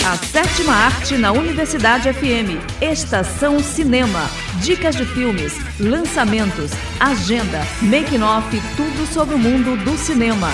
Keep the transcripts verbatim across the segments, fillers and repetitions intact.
A sétima arte na Universidade F M. Estação Cinema. Dicas de filmes, lançamentos, agenda, making-off, tudo sobre o mundo do cinema.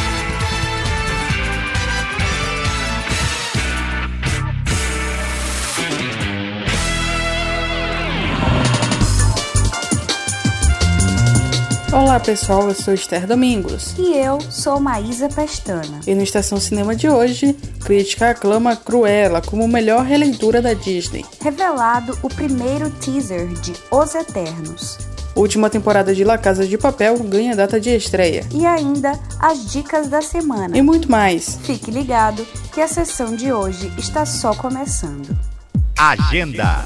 Olá pessoal, eu sou Esther Domingos. E eu sou Maísa Pestana. E no Estação Cinema de hoje, crítica aclama Cruella como melhor releitura da Disney. Revelado o primeiro teaser de Os Eternos. Última temporada de La Casa de Papel ganha data de estreia. E ainda as dicas da semana. E muito mais. Fique ligado que a sessão de hoje está só começando. Agenda.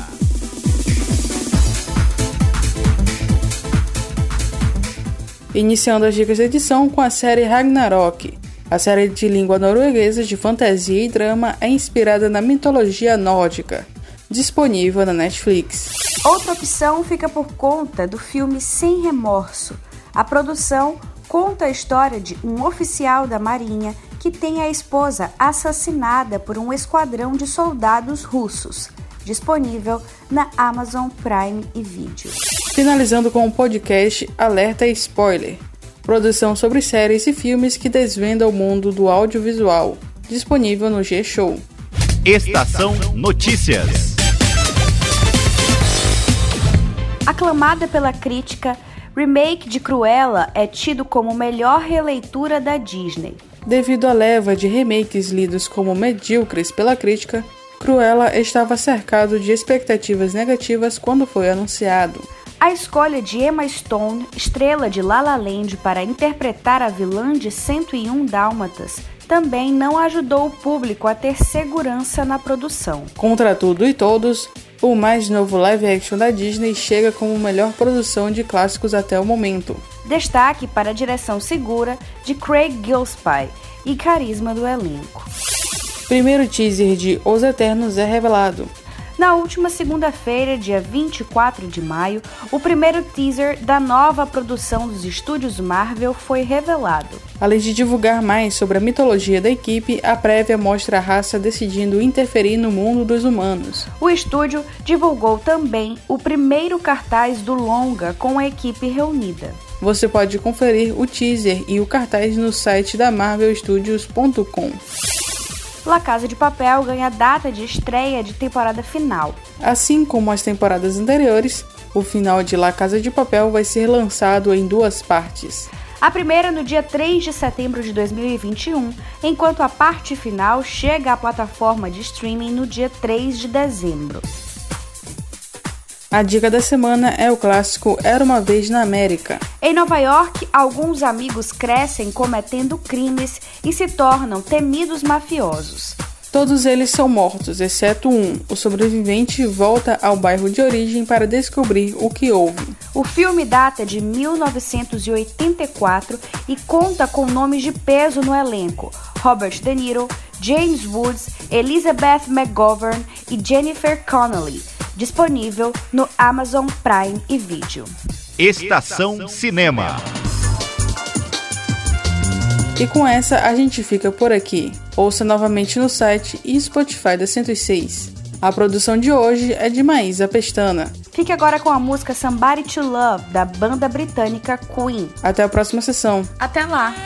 Iniciando as dicas da edição com a série Ragnarok. A série de língua norueguesa de fantasia e drama é inspirada na mitologia nórdica, disponível na Netflix. Outra opção fica por conta do filme Sem Remorso. A produção conta a história de um oficial da Marinha que tem a esposa assassinada por um esquadrão de soldados russos, disponível na Amazon Prime Video. Finalizando com o podcast Alerta Spoiler, produção sobre séries e filmes que desvenda o mundo do audiovisual, disponível no G-Show. Estação Notícias. Aclamada pela crítica, remake de Cruella é tido como melhor releitura da Disney. Devido à leva de remakes lidos como medíocres pela crítica, Cruella estava cercado de expectativas negativas quando foi anunciado. A escolha de Emma Stone, estrela de La La Land, para interpretar a vilã de cento e um Dálmatas, também não ajudou o público a ter segurança na produção. Contra tudo e todos, o mais novo live action da Disney chega como melhor produção de clássicos até o momento. Destaque para a direção segura de Craig Gillespie e carisma do elenco. Primeiro teaser de Os Eternos é revelado. Na última segunda-feira, dia vinte e quatro de maio, o primeiro teaser da nova produção dos estúdios Marvel foi revelado. Além de divulgar mais sobre a mitologia da equipe, a prévia mostra a raça decidindo interferir no mundo dos humanos. O estúdio divulgou também o primeiro cartaz do longa com a equipe reunida. Você pode conferir o teaser e o cartaz no site da marvel studios ponto com. La Casa de Papel ganha data de estreia de temporada final. Assim como as temporadas anteriores, o final de La Casa de Papel vai ser lançado em duas partes. A primeira no dia três de setembro de dois mil e vinte e um, enquanto a parte final chega à plataforma de streaming no dia três de dezembro. A dica da semana é o clássico Era Uma Vez na América. Em Nova York, alguns amigos crescem cometendo crimes e se tornam temidos mafiosos. Todos eles são mortos, exceto um. O sobrevivente volta ao bairro de origem para descobrir o que houve. O filme data de mil novecentos e oitenta e quatro e conta com nomes de peso no elenco: Robert De Niro, James Woods, Elizabeth McGovern e Jennifer Connelly. Disponível no Amazon Prime e Video. Estação Cinema. E com essa a gente fica por aqui. Ouça novamente no site e Spotify da cento e seis. A produção de hoje é de Maísa Pestana. Fique agora com a música Somebody to Love, da banda britânica Queen. Até a próxima sessão. Até lá!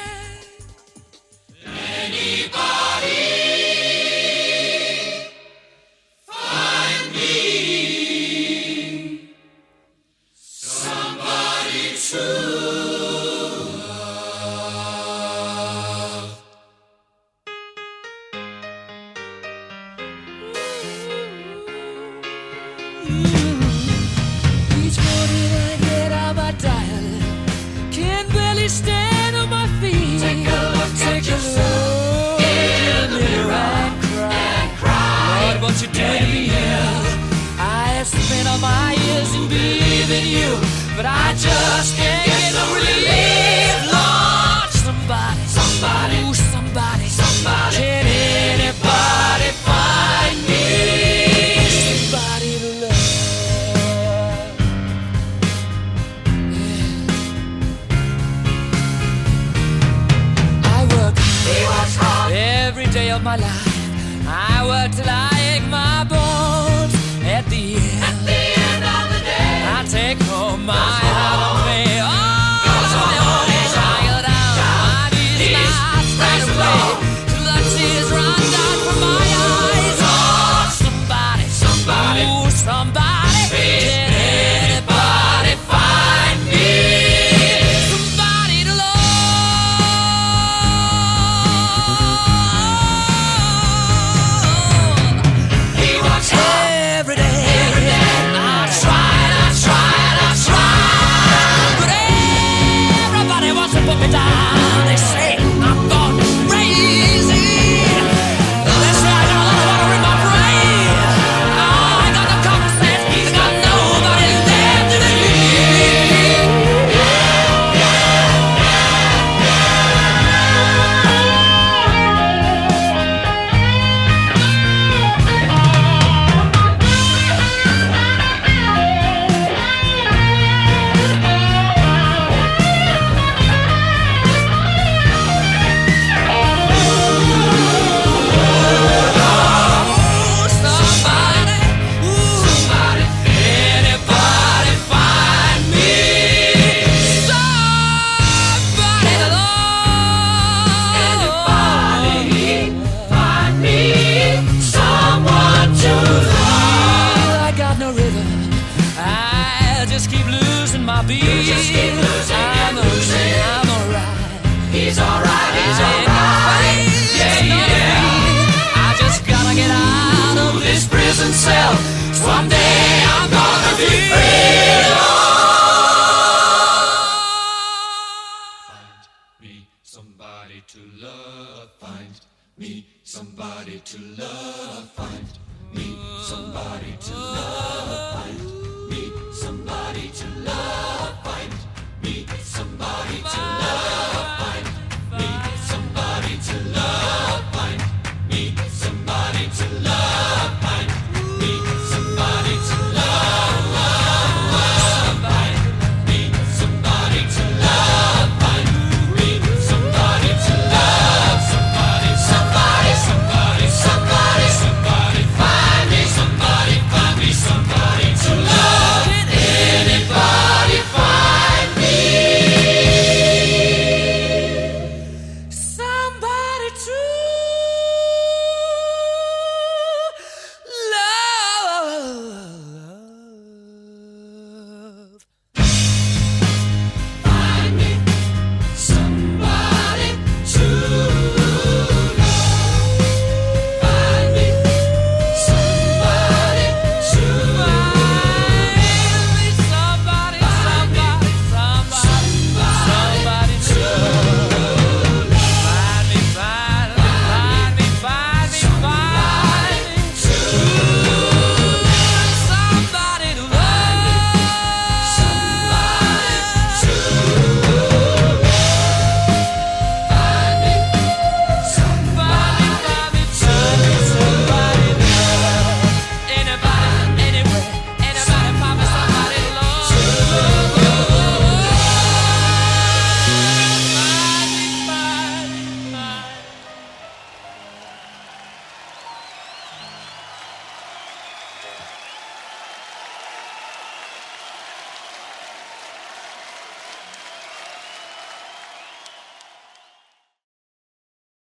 Each morning I get out my dial, can't barely stand on my feet. Take a look Take at yourself in the mirror and cry. and cry. Lord, what you doing to me here? I have spent all my years in believing you, but I just can't get no relief. Lord, somebody, somebody, ooh, somebody, somebody, can anybody find me somebody to love? Yeah. I work hard every day of my life. I work till I ache my bones. At the end, At the end of the day, I take home my heart of me. Oh, somebody's tired out. My knees not straight away till the tears run down from my eyes. Oh, somebody, somebody, ooh, somebody, can anybody find me? Somebody to love. He works hard every day. Every day. I tried, I tried, I tried, but everybody wants to put me down. They say I'm gone crazy. They say I got a lot of water in my brain. Oh, I got no common sense. I got nobody left to believe. Somebody, ooh, somebody, anybody find me? Somebody to love. Anybody find me? Someone to love. I got no rhythm. I just keep losing my beat. You just keep losing I'm and losing. I'm alright. He's alright. He's alright. Yeah, yeah. I just gotta get out of this prison cell. Someday I'm gonna be free. Find me somebody to love. Find me somebody to love. Find me somebody to love. Find